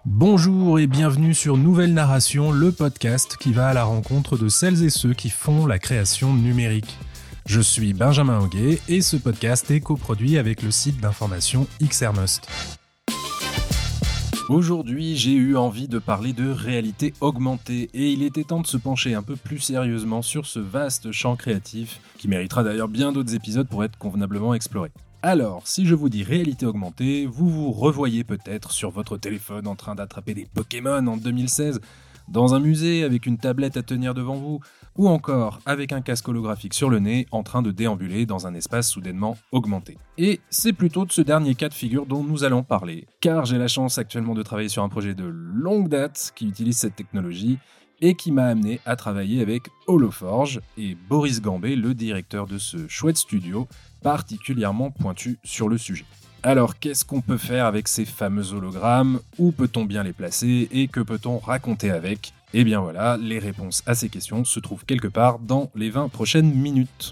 Bonjour et bienvenue sur Nouvelle Narration, le podcast qui va à la rencontre de celles et ceux qui font la création numérique. Je suis Benjamin Hoguet et ce podcast est coproduit avec le site d'information XRMust. Aujourd'hui, j'ai eu envie de parler de réalité augmentée et il était temps de se pencher un peu plus sérieusement sur ce vaste champ créatif qui méritera d'ailleurs bien d'autres épisodes pour être convenablement exploré. Alors, si je vous dis réalité augmentée, vous vous revoyez peut-être sur votre téléphone en train d'attraper des Pokémon en 2016, dans un musée avec une tablette à tenir devant vous, ou encore avec un casque holographique sur le nez en train de déambuler dans un espace soudainement augmenté. Et c'est plutôt de ce dernier cas de figure dont nous allons parler, car j'ai la chance actuellement de travailler sur un projet de longue date qui utilise cette technologie et qui m'a amené à travailler avec Holoforge et Boris Gambé, le directeur de ce chouette studio, particulièrement pointu sur le sujet. Alors, qu'est-ce qu'on peut faire avec ces fameux hologrammes ? Où peut-on bien les placer ? Et que peut-on raconter avec ? Eh bien voilà, les réponses à ces questions se trouvent quelque part dans les 20 prochaines minutes.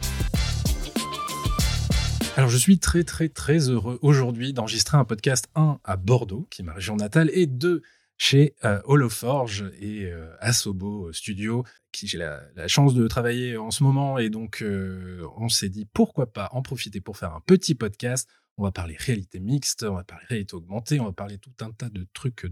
Alors je suis très heureux aujourd'hui d'enregistrer un podcast 1 à Bordeaux, qui est ma région natale, et 2 chez Holoforge et Asobo Studio, qui j'ai la chance de travailler en ce moment, et donc on s'est dit pourquoi pas en profiter pour faire un petit podcast. On va parler réalité mixte, on va parler réalité augmentée, on va parler tout un tas de trucs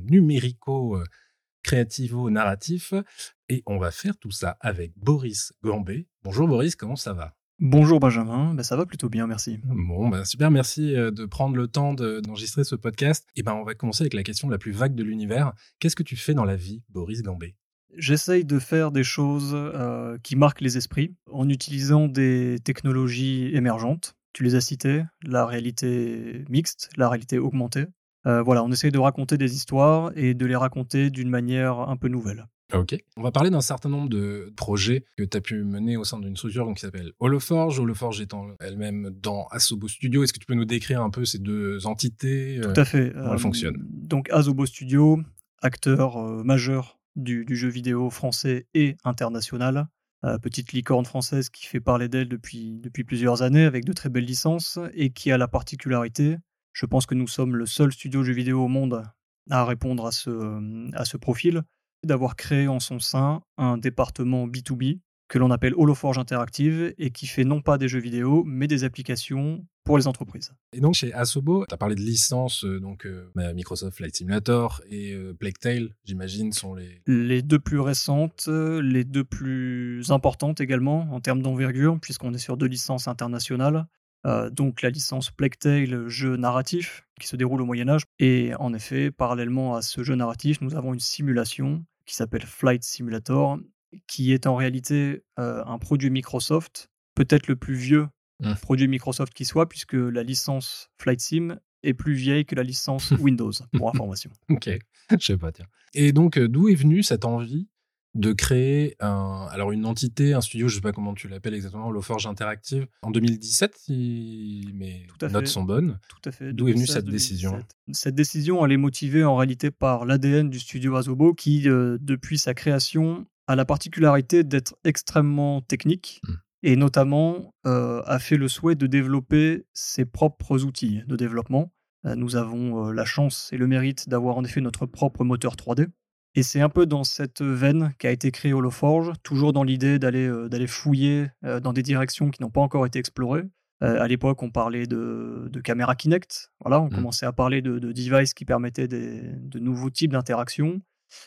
numérico-créativo-narratifs, et on va faire tout ça avec Boris Gambé. Bonjour Boris, comment ça va ? Bonjour Benjamin, ça va plutôt bien, merci. Bon, super, merci de prendre le temps d'enregistrer ce podcast. Et on va commencer avec la question la plus vague de l'univers. Qu'est-ce que tu fais dans la vie, Boris Gambé ? J'essaye de faire des choses qui marquent les esprits en utilisant des technologies émergentes. Tu les as citées, la réalité mixte, la réalité augmentée. On essaye de raconter des histoires et de les raconter d'une manière un peu nouvelle. Ok. On va parler d'un certain nombre de projets que tu as pu mener au sein d'une structure qui s'appelle Holoforge. Holoforge étant elle-même dans Asobo Studio. Est-ce que tu peux nous décrire un peu ces deux entités ? Tout à fait. Comment elles fonctionnent ? Donc Asobo Studio, acteur majeur du jeu vidéo français et international. Petite licorne française qui fait parler d'elle depuis plusieurs années avec de très belles licences et qui a la particularité, je pense que nous sommes le seul studio jeu vidéo au monde à répondre à ce profil, d'avoir créé en son sein un département B2B que l'on appelle Holoforge Interactive et qui fait non pas des jeux vidéo, mais des applications pour les entreprises. Et donc chez Asobo, tu as parlé de licences, Microsoft Flight Simulator et Plague Tale, j'imagine, sont les deux plus récentes, les deux plus importantes également en termes d'envergure, puisqu'on est sur 2 licences internationales. Donc la licence Plague Tale, jeu narratif qui se déroule au Moyen-Âge. Et en effet, parallèlement à ce jeu narratif, nous avons une simulation qui s'appelle Flight Simulator, qui est en réalité un produit Microsoft, peut-être le plus vieux produit Microsoft qui soit, puisque la licence Flight Sim est plus vieille que la licence Windows, pour information. Ok, je sais pas, tiens. Et donc, d'où est venue cette envie de créer une entité, un studio, je sais pas comment tu l'appelles exactement, Holoforge Interactive, en 2017, si mes notes sont bonnes. Tout à fait. D'où est venue cette décision ? Cette décision, elle est motivée en réalité par l'ADN du studio Asobo qui, depuis sa création, a la particularité d'être extrêmement technique et notamment a fait le souhait de développer ses propres outils de développement. Nous avons la chance et le mérite d'avoir en effet notre propre moteur 3D. Et c'est un peu dans cette veine qu'a été créé Holoforge, toujours dans l'idée d'aller fouiller dans des directions qui n'ont pas encore été explorées. À l'époque, on parlait de caméra Kinect. Voilà, on commençait à parler de devices qui permettaient de nouveaux types d'interactions.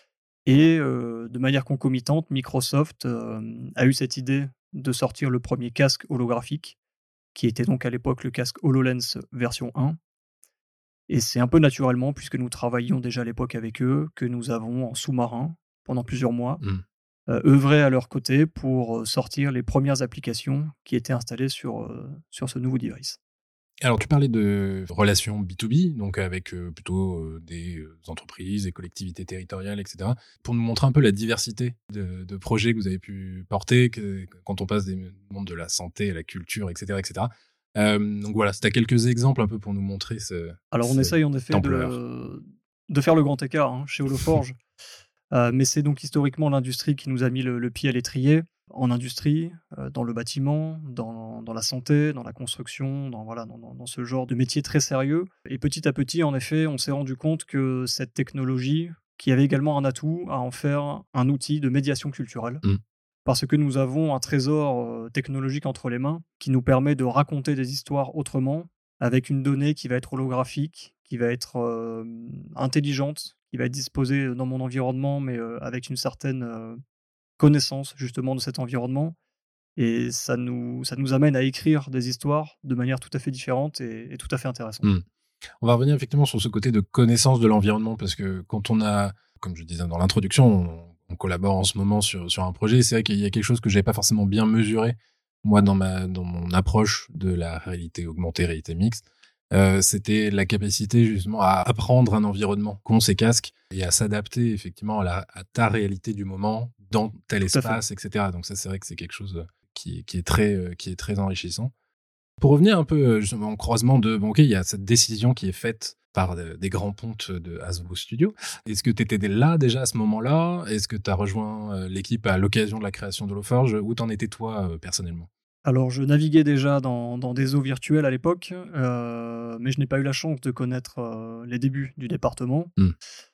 Et de manière concomitante, Microsoft a eu cette idée de sortir le premier casque holographique, qui était donc à l'époque le casque HoloLens version 1. Et c'est un peu naturellement, puisque nous travaillions déjà à l'époque avec eux, que nous avons en sous-marin, pendant plusieurs mois, œuvré à leur côté pour sortir les premières applications qui étaient installées sur ce nouveau device. Alors, tu parlais de relations B2B, donc avec plutôt des entreprises, des collectivités territoriales, etc. Pour nous montrer un peu la diversité de projets que vous avez pu porter, quand on passe des mondes de la santé à la culture, etc., etc. Donc voilà, c'était quelques exemples un peu pour nous montrer Alors on essaye en effet de faire le grand écart chez Holoforge, mais c'est donc historiquement l'industrie qui nous a mis le pied à l'étrier, en industrie, dans le bâtiment, dans la santé, dans la construction, dans ce genre de métier très sérieux. Et petit à petit, en effet, on s'est rendu compte que cette technologie, qui avait également un atout à en faire un outil de médiation culturelle. Mmh. Parce que nous avons un trésor technologique entre les mains qui nous permet de raconter des histoires autrement, avec une donnée qui va être holographique, qui va être intelligente, qui va être disposée dans mon environnement, mais avec une certaine connaissance justement de cet environnement. Et ça nous amène à écrire des histoires de manière tout à fait différente et tout à fait intéressante. Mmh. On va revenir effectivement sur ce côté de connaissance de l'environnement, parce que quand on a, comme je disais dans l'introduction, on collabore en ce moment sur un projet. C'est vrai qu'il y a quelque chose que j'avais pas forcément bien mesuré, moi, dans mon approche de la réalité augmentée, réalité mixte. C'était la capacité justement à apprendre un environnement qu'ont ces casques et à s'adapter effectivement à ta réalité du moment dans tel Tout à fait. espace, etc. Donc ça, c'est vrai que c'est quelque chose qui est très enrichissant. Pour revenir un peu justement au croisement de bon, ok, il y a cette décision qui est faite par des grands pontes de Asobo Studio. Est-ce que tu étais là déjà à ce moment-là? Est-ce que tu as rejoint l'équipe à l'occasion de la création de HoloForge? Où t'en étais toi personnellement? Alors, je naviguais déjà dans des eaux virtuelles à l'époque, mais je n'ai pas eu la chance de connaître les débuts du département. Mmh.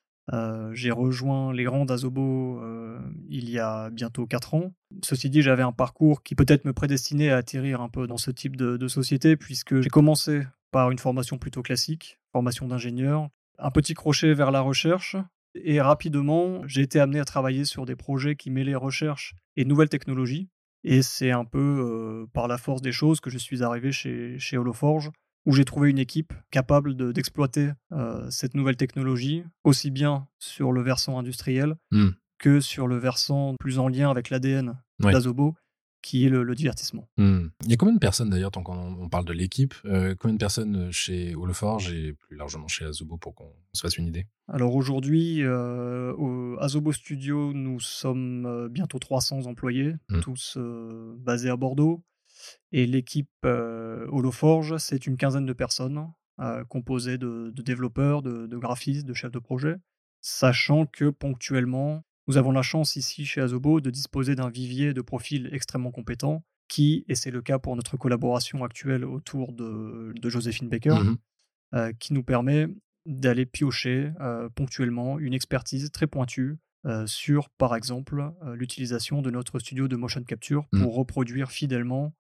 J'ai rejoint les rangs d'Asobo il y a bientôt 4 ans. Ceci dit, j'avais un parcours qui peut-être me prédestinait à atterrir un peu dans ce type de société, puisque j'ai commencé par une formation plutôt classique, formation d'ingénieur, un petit crochet vers la recherche, et rapidement, j'ai été amené à travailler sur des projets qui mêlaient recherche et nouvelles technologies. Et c'est un peu par la force des choses que je suis arrivé chez HoloForge, où j'ai trouvé une équipe capable d'exploiter cette nouvelle technologie, aussi bien sur le versant industriel Mmh. que sur le versant plus en lien avec l'ADN Ouais. d'Asobo, qui est le divertissement. Mmh. Il y a combien de personnes d'ailleurs, tant qu'on parle de l'équipe, combien de personnes chez HoloForge et plus largement chez Asobo pour qu'on se fasse une idée? Alors aujourd'hui, au Asobo Studio, nous sommes bientôt 300 employés, Mmh. tous basés à Bordeaux. Et l'équipe HoloForge, c'est une quinzaine de personnes, composées de développeurs, de graphistes, de chefs de projet. Sachant que ponctuellement, nous avons la chance ici chez Asobo de disposer d'un vivier de profils extrêmement compétents qui, et c'est le cas pour notre collaboration actuelle autour de Joséphine Baker, Mmh. qui nous permet d'aller piocher ponctuellement une expertise très pointue sur, par exemple, l'utilisation de notre studio de motion capture Mmh. pour reproduire fidèlement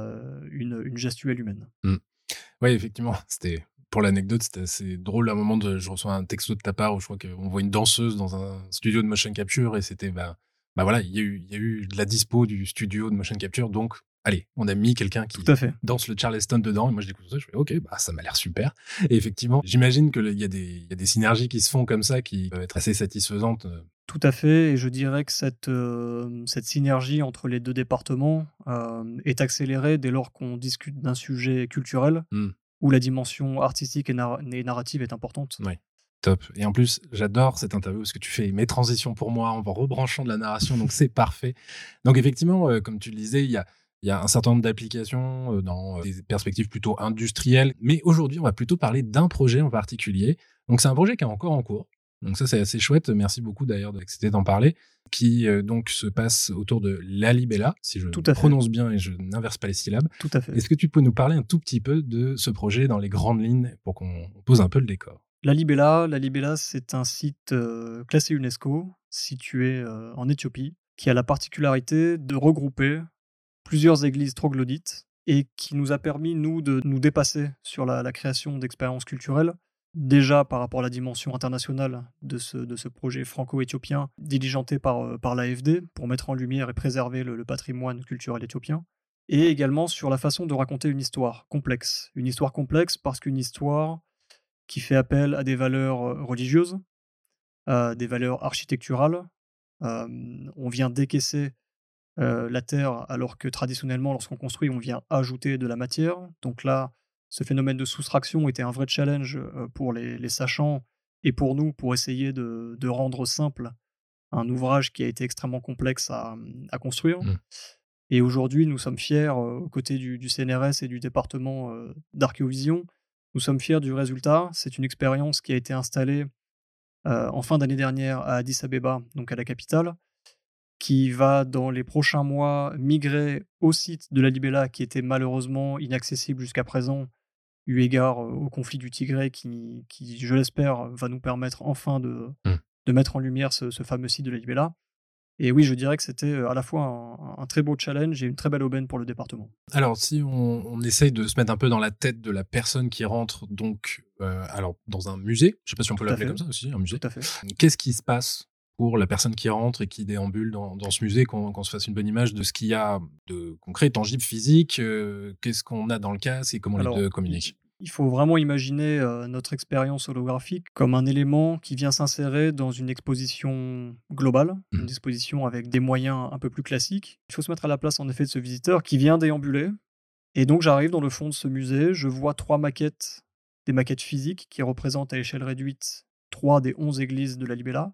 une gestuelle humaine. Oui, effectivement, c'était pour l'anecdote, c'était assez drôle. À un moment, je reçois un texto de ta part où je crois qu'on voit une danseuse dans un studio de motion capture et c'était bah voilà, il y a eu de la dispo du studio de motion capture, donc allez, on a mis quelqu'un qui Tout à fait. danse le Charleston dedans. Et moi, je découvre ça, je fais ok, bah ça m'a l'air super. Et effectivement, j'imagine que il y a des synergies qui se font comme ça qui peuvent être assez satisfaisantes. Tout à fait, et je dirais que cette synergie entre les deux départements est accélérée dès lors qu'on discute d'un sujet culturel Hmm. où la dimension artistique et narrative est importante. Ouais. Top. Et en plus, j'adore cette interview parce que tu fais mes transitions pour moi en rebranchant de la narration, donc c'est parfait. Donc effectivement, comme tu le disais, il y a un certain nombre d'applications dans des perspectives plutôt industrielles, mais aujourd'hui, on va plutôt parler d'un projet en particulier. Donc c'est un projet qui est encore en cours. Donc ça, c'est assez chouette. Merci beaucoup d'ailleurs d'accepter d'en parler, qui donc se passe autour de Lalibela, si je Tout à fait. prononce bien et je n'inverse pas les syllabes. Tout à fait. Est-ce que tu peux nous parler un tout petit peu de ce projet dans les grandes lignes pour qu'on pose un peu le décor? La Libella, c'est un site classé UNESCO, situé en Éthiopie, qui a la particularité de regrouper plusieurs églises troglodytes et qui nous a permis, nous, de nous dépasser sur la création d'expériences culturelles. Déjà par rapport à la dimension internationale de ce projet franco-éthiopien diligenté par l'AFD pour mettre en lumière et préserver le patrimoine culturel éthiopien. Et également sur la façon de raconter une histoire complexe. Une histoire complexe parce qu'une histoire qui fait appel à des valeurs religieuses, des valeurs architecturales. On vient décaisser la terre alors que traditionnellement, lorsqu'on construit, on vient ajouter de la matière. Donc là, ce phénomène de soustraction était un vrai challenge pour les sachants et pour nous, pour essayer de rendre simple un ouvrage qui a été extrêmement complexe à construire. Mmh. Et aujourd'hui, nous sommes fiers, aux côtés du CNRS et du département d'Archéovision, nous sommes fiers du résultat. C'est une expérience qui a été installée en fin d'année dernière à Addis Abeba, donc à la capitale, qui va dans les prochains mois migrer au site de la Libella qui était malheureusement inaccessible jusqu'à présent, eu égard au conflit du Tigré qui, je l'espère, va nous permettre enfin Mmh. de mettre en lumière ce fameux site de la Libella. Et oui, je dirais que c'était à la fois un très beau challenge et une très belle aubaine pour le département. Alors, si on essaye de se mettre un peu dans la tête de la personne qui rentre donc alors dans un musée, je sais pas si on peut Tout à l'appeler fait. comme ça aussi, un musée. Tout à fait. Qu'est-ce qui se passe pour la personne qui rentre et qui déambule dans ce musée, qu'on se fasse une bonne image de ce qu'il y a de concret, tangible, physique, qu'est-ce qu'on a dans le casque et comment les deux communiquent? Il faut vraiment imaginer notre expérience holographique comme un élément qui vient s'insérer dans une exposition globale, une exposition avec des moyens un peu plus classiques. Il faut se mettre à la place en effet de ce visiteur qui vient déambuler. Et donc j'arrive dans le fond de ce musée, je vois 3 maquettes, des maquettes physiques qui représentent à échelle réduite 3 des 11 églises de la Libella.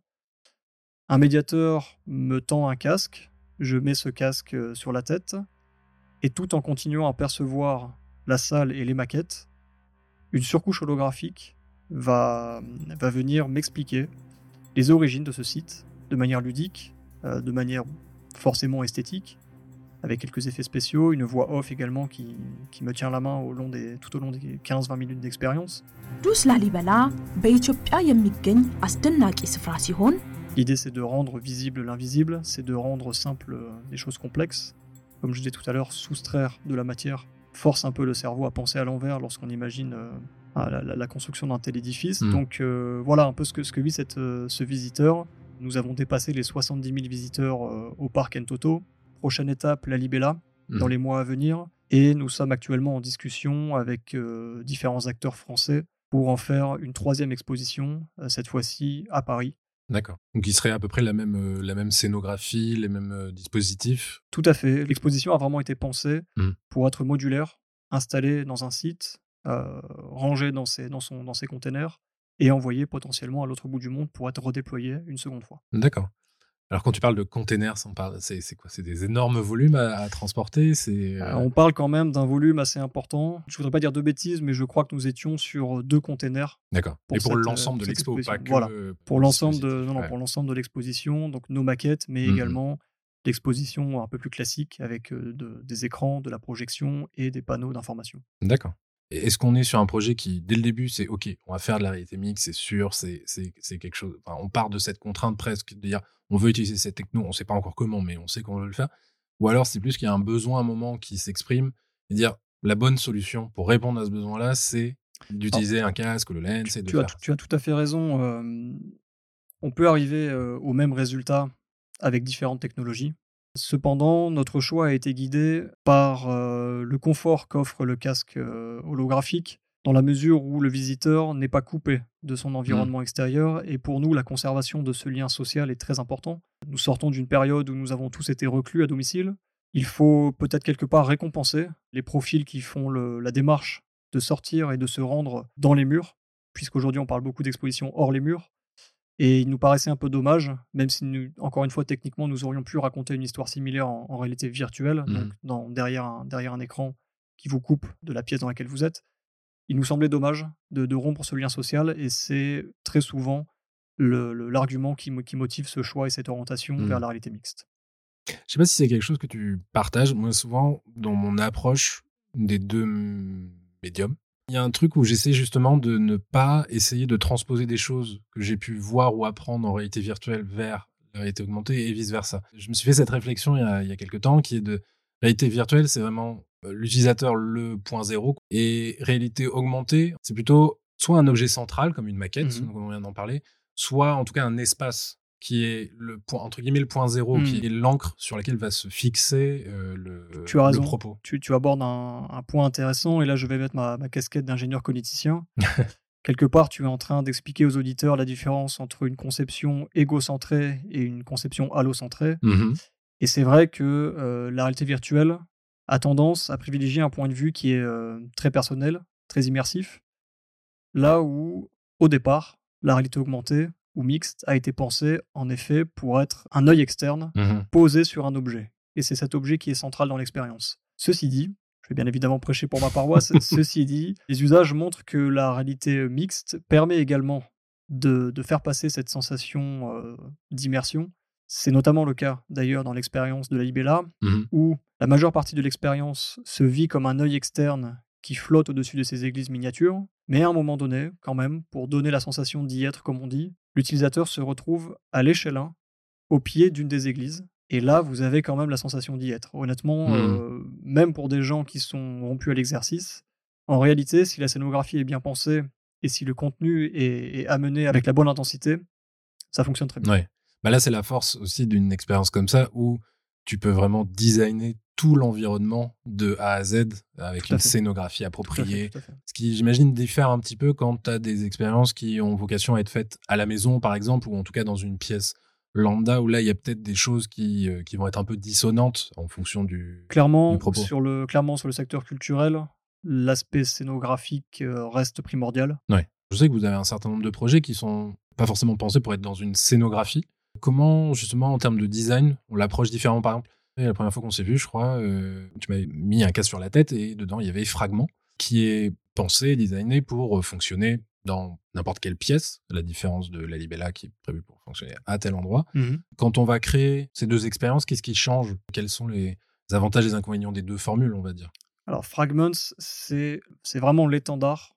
Un médiateur me tend un casque, je mets ce casque sur la tête, et tout en continuant à percevoir la salle et les maquettes, une surcouche holographique va venir m'expliquer les origines de ce site de manière ludique, de manière forcément esthétique, avec quelques effets spéciaux, une voix off également qui me tient la main tout au long des 15-20 minutes d'expérience. ቅዱስ ላሊበላ በኢትዮጵያ የሚገኝ አስደናቂ ስፍራ ሲሆን L'idée, c'est de rendre visible l'invisible, c'est de rendre simple des choses complexes. Comme je disais tout à l'heure, soustraire de la matière force un peu le cerveau à penser à l'envers lorsqu'on imagine la construction d'un tel édifice. Donc voilà un peu ce que vit ce visiteur. Nous avons dépassé les 70 000 visiteurs au parc Entoto. Prochaine étape, la Libella, dans les mois à venir. Et nous sommes actuellement en discussion avec différents acteurs français pour en faire une 3e exposition, cette fois-ci à Paris. D'accord. Donc il serait à peu près la même scénographie, les mêmes dispositifs. Tout à fait. L'exposition a vraiment été pensée pour être modulaire, installée dans un site, rangée dans ses containers et envoyée potentiellement à l'autre bout du monde pour être redéployée une seconde fois. D'accord. Alors quand tu parles de containers, c'est quoi? C'est des énormes volumes à transporter? On parle quand même d'un volume assez important. Je voudrais pas dire de bêtises, mais je crois que nous étions sur 2 containers. D'accord. Et pour l'ensemble de l'expo, pas que voilà. Pour l'ensemble pour l'ensemble de l'exposition, donc nos maquettes, mais également l'exposition un peu plus classique avec des écrans, de la projection et des panneaux d'information. D'accord. Est-ce qu'on est sur un projet qui, dès le début, c'est OK, on va faire de la réalité mixte, c'est sûr, c'est quelque chose. Enfin, on part de cette contrainte presque de dire on veut utiliser cette techno, on ne sait pas encore comment, mais on sait qu'on veut le faire. Ou alors c'est plus qu'il y a un besoin à un moment qui s'exprime et dire la bonne solution pour répondre à ce besoin-là, c'est d'utiliser un casque, le lens et de faire. Tu as tout à fait raison. On peut arriver au même résultat avec différentes technologies. Cependant, notre choix a été guidé par le confort qu'offre le casque holographique, dans la mesure où le visiteur n'est pas coupé de son environnement extérieur, et pour nous, la conservation de ce lien social est très important. Nous sortons d'une période où nous avons tous été reclus à domicile. Il faut peut-être quelque part récompenser les profils qui font la démarche de sortir et de se rendre dans les murs, puisqu'aujourd'hui on parle beaucoup d'expositions hors les murs. Et il nous paraissait un peu dommage, même si, encore une fois, techniquement, nous aurions pu raconter une histoire similaire en réalité virtuelle, donc derrière un écran qui vous coupe de la pièce dans laquelle vous êtes. Il nous semblait dommage de rompre ce lien social, et c'est très souvent l'argument qui motive ce choix et cette orientation vers la réalité mixte. Je sais pas si c'est quelque chose que tu partages. Moi, souvent, dans mon approche des 2 médiums, il y a un truc où j'essaie justement de ne pas essayer de transposer des choses que j'ai pu voir ou apprendre en réalité virtuelle vers la réalité augmentée et vice-versa. Je me suis fait cette réflexion il y a quelques temps qui est de réalité virtuelle, c'est vraiment l'utilisateur le point zéro, et réalité augmentée, c'est plutôt soit un objet central comme une maquette, comme on vient d'en parler, soit en tout cas un espace qui est le point, entre guillemets, le point zéro, qui est l'encre sur laquelle va se fixer tu as raison. le propos. Tu abordes un point intéressant, et là je vais mettre ma casquette d'ingénieur cogniticien. Quelque part, tu es en train d'expliquer aux auditeurs la différence entre une conception égocentrée et une conception allocentrée. Et c'est vrai que la réalité virtuelle a tendance à privilégier un point de vue qui est très personnel, très immersif, là où, au départ, la réalité augmentée ou mixte a été pensée, en effet, pour être un œil externe posé sur un objet. Et c'est cet objet qui est central dans l'expérience. Ceci dit, je vais bien évidemment prêcher pour ma paroisse, ceci dit, les usages montrent que la réalité mixte permet également de faire passer cette sensation d'immersion. C'est notamment le cas, d'ailleurs, dans l'expérience de la Libella, où la majeure partie de l'expérience se vit comme un œil externe qui flotte au-dessus de ces églises miniatures. Mais à un moment donné, quand même, pour donner la sensation d'y être, comme on dit, l'utilisateur se retrouve à l'échelle 1, au pied d'une des églises. Et là, vous avez quand même la sensation d'y être. Honnêtement, même pour des gens qui sont rompus à l'exercice, en réalité, si la scénographie est bien pensée et si le contenu est amené avec la bonne intensité, ça fonctionne très bien. Ouais. Bah là, c'est la force aussi d'une expérience comme ça où tu peux vraiment designer tout l'environnement de A à Z avec Tout à une fait. scénographie appropriée. Tout à fait. Ce qui, j'imagine, diffère un petit peu quand tu as des expériences qui ont vocation à être faites à la maison, par exemple, ou en tout cas dans une pièce lambda, où là, il y a peut-être des choses qui vont être un peu dissonantes en fonction du Clairement, propos. sur le secteur culturel, l'aspect scénographique reste primordial. Ouais. Je sais que vous avez un certain nombre de projets qui sont pas forcément pensés pour être dans une scénographie. Comment, justement, en termes de design, on l'approche différemment, par exemple? Et la première fois qu'on s'est vu, je crois, tu m'avais mis un casque sur la tête et dedans, il y avait Fragment, qui est pensé, designé pour fonctionner dans n'importe quelle pièce, à la différence de la Libella qui est prévue pour fonctionner à tel endroit. Quand on va créer ces deux expériences, qu'est-ce qui change? Quels sont les avantages et les inconvénients des deux formules, on va dire? Alors, Fragments, c'est vraiment l'étendard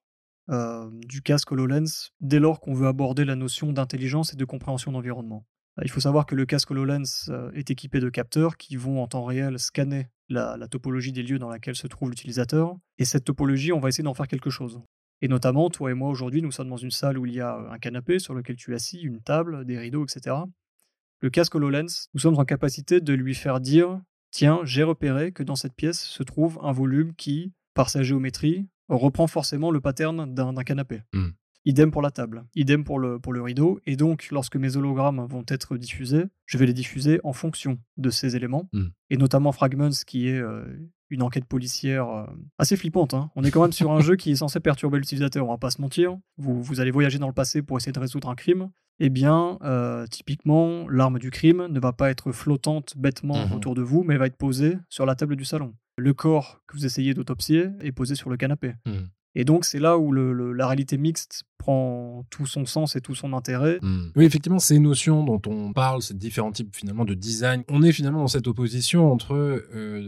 du casque HoloLens dès lors qu'on veut aborder la notion d'intelligence et de compréhension d'environnement. Il faut savoir que le casque HoloLens est équipé de capteurs qui vont en temps réel scanner la topologie des lieux dans laquelle se trouve l'utilisateur. Et cette topologie, on va essayer d'en faire quelque chose. Et notamment, toi et moi, aujourd'hui, nous sommes dans une salle où il y a un canapé sur lequel tu es assis, une table, des rideaux, etc. Le casque HoloLens, nous sommes en capacité de lui faire dire « Tiens, j'ai repéré que dans cette pièce se trouve un volume qui, par sa géométrie, reprend forcément le pattern d'un canapé. » Idem pour la table, idem pour le rideau. Et donc, lorsque mes hologrammes vont être diffusés, je vais les diffuser en fonction de ces éléments. Et notamment Fragments, qui est une enquête policière assez flippante. On est quand même sur un jeu qui est censé perturber l'utilisateur, on va pas se mentir. Vous allez voyager dans le passé pour essayer de résoudre un crime. Eh bien, typiquement, l'arme du crime ne va pas être flottante bêtement autour de vous, mais elle va être posée sur la table du salon. Le corps que vous essayez d'autopsier est posé sur le canapé. Et donc, c'est là où la réalité mixte prend tout son sens et tout son intérêt. Oui, effectivement, ces notions dont on parle, ces différents types finalement de design, on est finalement dans cette opposition entre...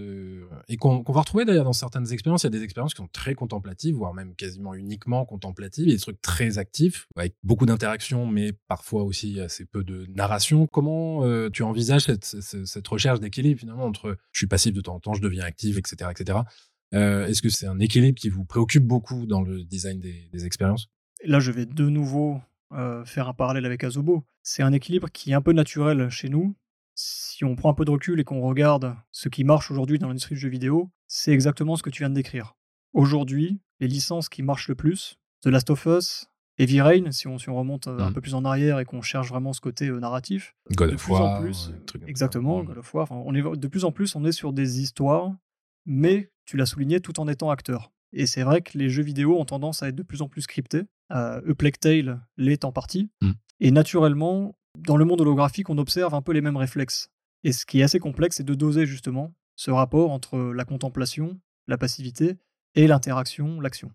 et qu'on va retrouver d'ailleurs dans certaines expériences. Il y a des expériences qui sont très contemplatives, voire même quasiment uniquement contemplatives. Il y a des trucs très actifs, avec beaucoup d'interactions, mais parfois aussi assez peu de narration. Comment tu envisages cette recherche d'équilibre finalement entre je suis passif de temps en temps, je deviens actif, etc., etc. Est-ce que c'est un équilibre qui vous préoccupe beaucoup dans le design des expériences? Et là, je vais de nouveau faire un parallèle avec Asobo. C'est un équilibre qui est un peu naturel chez nous. Si on prend un peu de recul et qu'on regarde ce qui marche aujourd'hui dans l'industrie du jeu vidéo, c'est exactement ce que tu viens de décrire. Aujourd'hui, les licences qui marchent le plus, The Last of Us, Heavy Rain, si on remonte un peu plus en arrière et qu'on cherche vraiment ce côté narratif. God of War. Exactement, God of War. De plus en plus, on est sur des histoires, mais tu l'as souligné, tout en étant acteur. Et c'est vrai que les jeux vidéo ont tendance à être de plus en plus scriptés. A Plague Tale l'est en partie. Et naturellement, dans le monde holographique, on observe un peu les mêmes réflexes. Et ce qui est assez complexe, c'est de doser justement ce rapport entre la contemplation, la passivité et l'interaction, l'action.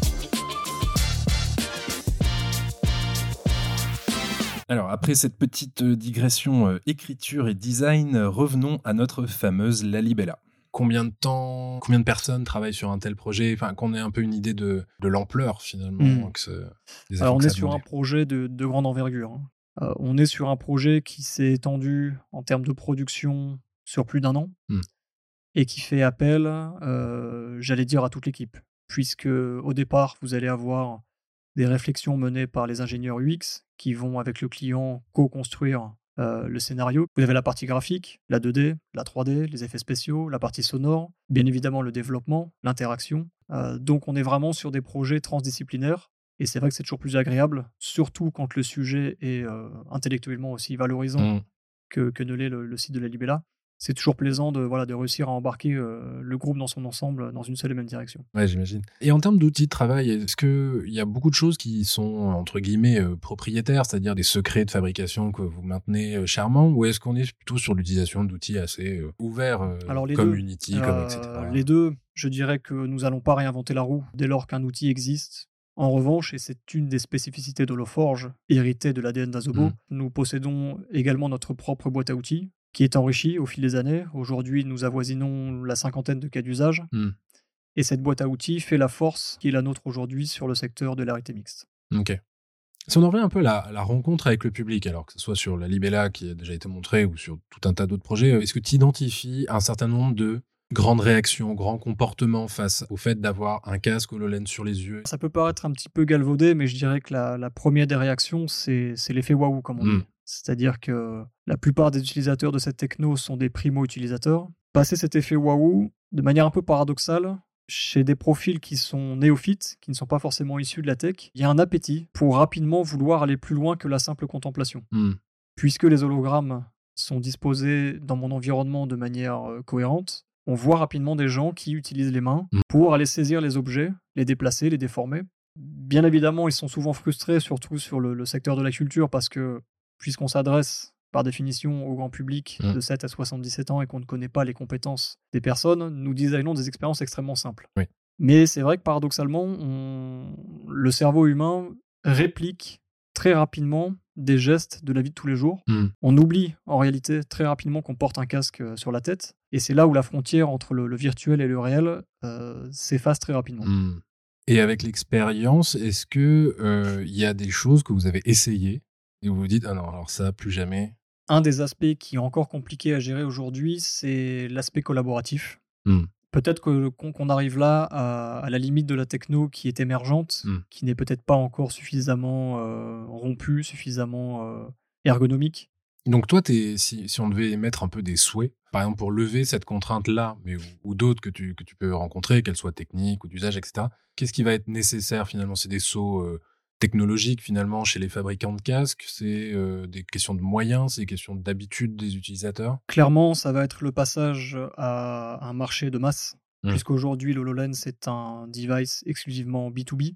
Alors, après cette petite digression écriture et design, revenons à notre fameuse La Libella. Combien de personnes travaillent sur un tel projet, enfin qu'on ait un peu une idée de l'ampleur finalement. Alors on est sur un projet de grande envergure. On est sur un projet qui s'est étendu en termes de production sur plus d'1 an et qui fait appel, j'allais dire, à toute l'équipe. Puisque au départ, vous allez avoir des réflexions menées par les ingénieurs UX qui vont avec le client co-construire le scénario. Vous avez la partie graphique, la 2D, la 3D, les effets spéciaux, la partie sonore, bien évidemment le développement, l'interaction. Donc on est vraiment sur des projets transdisciplinaires et c'est vrai que c'est toujours plus agréable, surtout quand le sujet est intellectuellement aussi valorisant que ne l'est le site de la Libella. C'est toujours plaisant de réussir à embarquer le groupe dans son ensemble dans une seule et même direction. Ouais, j'imagine. Et en termes d'outils de travail, est-ce qu'il y a beaucoup de choses qui sont, entre guillemets, propriétaires, c'est-à-dire des secrets de fabrication que vous maintenez charmants, ou est-ce qu'on est plutôt sur l'utilisation d'outils assez ouverts, comme Unity, comme etc. Les deux, je dirais que nous n'allons pas réinventer la roue dès lors qu'un outil existe. En revanche, et c'est une des spécificités d'Holoforge, héritée de l'ADN d'Asobo, nous possédons également notre propre boîte à outils, qui est enrichi au fil des années. Aujourd'hui, nous avoisinons la 50aine de cas d'usage. Et cette boîte à outils fait la force qui est la nôtre aujourd'hui sur le secteur de la réalité mixte. Ok. Si on en revient un peu à la rencontre avec le public, alors que ce soit sur la Libella qui a déjà été montrée ou sur tout un tas d'autres projets, est-ce que tu identifies un certain nombre de grandes réactions, grands comportements face au fait d'avoir un casque HoloLens sur les yeux? Ça peut paraître un petit peu galvaudé, mais je dirais que la première des réactions, c'est l'effet waouh, comme on dit. C'est-à-dire que la plupart des utilisateurs de cette techno sont des primo-utilisateurs. Passer cet effet waouh, de manière un peu paradoxale, chez des profils qui sont néophytes, qui ne sont pas forcément issus de la tech, il y a un appétit pour rapidement vouloir aller plus loin que la simple contemplation. Puisque les hologrammes sont disposés dans mon environnement de manière cohérente, on voit rapidement des gens qui utilisent les mains pour aller saisir les objets, les déplacer, les déformer. Bien évidemment, ils sont souvent frustrés, surtout sur le secteur de la culture, parce que puisqu'on s'adresse par définition au grand public de 7 à 77 ans et qu'on ne connaît pas les compétences des personnes, nous designons des expériences extrêmement simples. Oui. Mais c'est vrai que paradoxalement, le cerveau humain réplique très rapidement des gestes de la vie de tous les jours. On oublie en réalité très rapidement qu'on porte un casque sur la tête, et c'est là où la frontière entre le virtuel et le réel s'efface très rapidement. Et avec l'expérience, est-ce que y a des choses que vous avez essayées et vous vous dites « Ah non, alors ça, plus jamais ». Un des aspects qui est encore compliqué à gérer aujourd'hui, c'est l'aspect collaboratif. Peut-être qu'on arrive là à la limite de la techno qui est émergente, qui n'est peut-être pas encore suffisamment rompue, suffisamment ergonomique. Donc toi, si on devait émettre un peu des souhaits, par exemple pour lever cette contrainte-là, mais ou d'autres que tu peux rencontrer, qu'elles soient techniques ou d'usage, etc., qu'est-ce qui va être nécessaire finalement? C'est des sauts technologiques finalement chez les fabricants de casques, c'est des questions de moyens, c'est des questions d'habitude des utilisateurs? Clairement, ça va être le passage à un marché de masse, puisqu'aujourd'hui l'HoloLens est un device exclusivement B2B.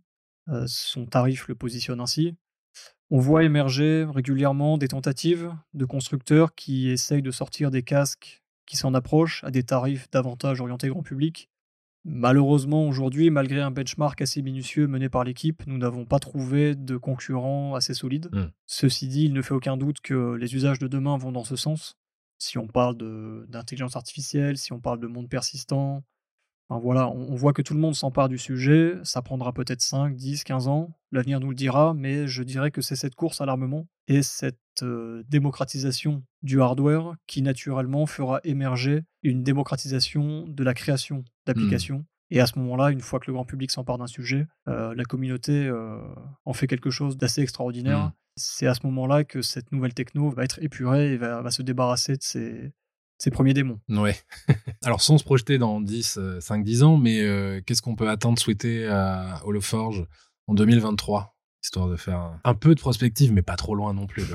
Son tarif le positionne ainsi. On voit émerger régulièrement des tentatives de constructeurs qui essayent de sortir des casques qui s'en approchent à des tarifs davantage orientés grand public. Malheureusement, aujourd'hui, malgré un benchmark assez minutieux mené par l'équipe, nous n'avons pas trouvé de concurrents assez solides. Ceci dit, il ne fait aucun doute que les usages de demain vont dans ce sens. Si on parle d'intelligence artificielle, si on parle de monde persistant, enfin voilà, on voit que tout le monde s'empare du sujet. Ça prendra peut-être 5, 10, 15 ans. L'avenir nous le dira, mais je dirais que c'est cette course à l'armement et cette démocratisation du hardware qui naturellement fera émerger une démocratisation de la création d'applications. Et à ce moment-là, une fois que le grand public s'empare d'un sujet, la communauté en fait quelque chose d'assez extraordinaire. C'est à ce moment-là que cette nouvelle techno va être épurée et va se débarrasser de ses premiers démons. Ouais. Alors sans se projeter dans 5-10 ans, mais qu'est-ce qu'on peut attendre, souhaiter à HoloForge en 2023, histoire de faire un peu de prospective, mais pas trop loin non plus.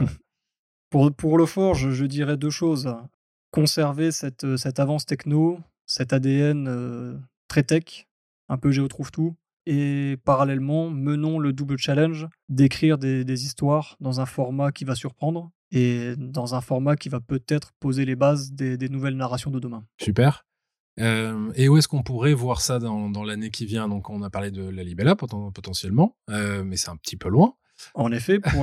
Pour HoloForge, je dirais deux choses. Conserver cette avance techno, cet ADN très tech, un peu géotrouve-tout, et parallèlement, menons le double challenge d'écrire des histoires dans un format qui va surprendre et dans un format qui va peut-être poser les bases des nouvelles narrations de demain. Super. Et où est-ce qu'on pourrait voir ça dans l'année qui vient? Donc, on a parlé de la Libella potentiellement, mais c'est un petit peu loin. En effet, pour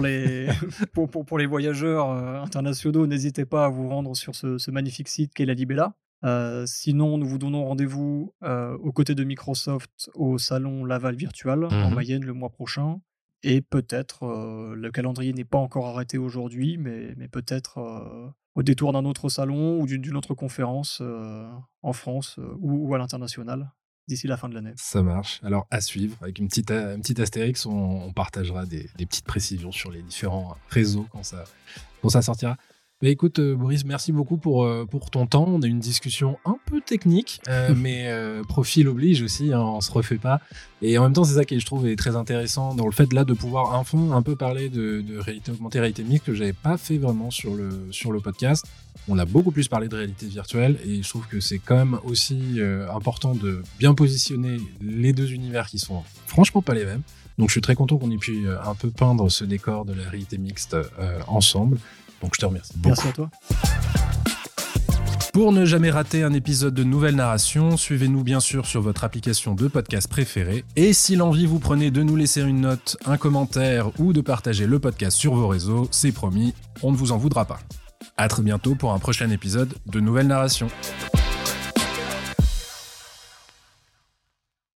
les voyageurs internationaux, n'hésitez pas à vous rendre sur ce magnifique site qu'est la Libella. Sinon, nous vous donnons rendez-vous aux côtés de Microsoft au salon Laval Virtual en Mayenne le mois prochain. Et peut-être, le calendrier n'est pas encore arrêté aujourd'hui, mais peut-être au détour d'un autre salon ou d'une autre conférence en France ou à l'international d'ici la fin de l'année. Ça marche. Alors, à suivre. Avec une petite astérix, on partagera des petites précisions sur les différents réseaux quand ça sortira. Mais écoute, Boris, merci beaucoup pour ton temps. On a eu une discussion un peu technique, mais profil oblige aussi, hein, on se refait pas. Et en même temps, c'est ça qui, je trouve, est très intéressant dans le fait là de pouvoir enfin un peu parler de réalité augmentée, réalité mixte, que j'avais pas fait vraiment sur le podcast. On a beaucoup plus parlé de réalité virtuelle, et je trouve que c'est quand même aussi important de bien positionner les deux univers qui sont franchement pas les mêmes. Donc je suis très content qu'on ait pu un peu peindre ce décor de la réalité mixte ensemble. Donc je te remercie beaucoup. Merci à toi. Pour ne jamais rater un épisode de Nouvelle Narration, suivez-nous bien sûr sur votre application de podcast préférée. Et si l'envie vous prenait de nous laisser une note, un commentaire ou de partager le podcast sur vos réseaux, c'est promis, on ne vous en voudra pas. À très bientôt pour un prochain épisode de Nouvelle Narration.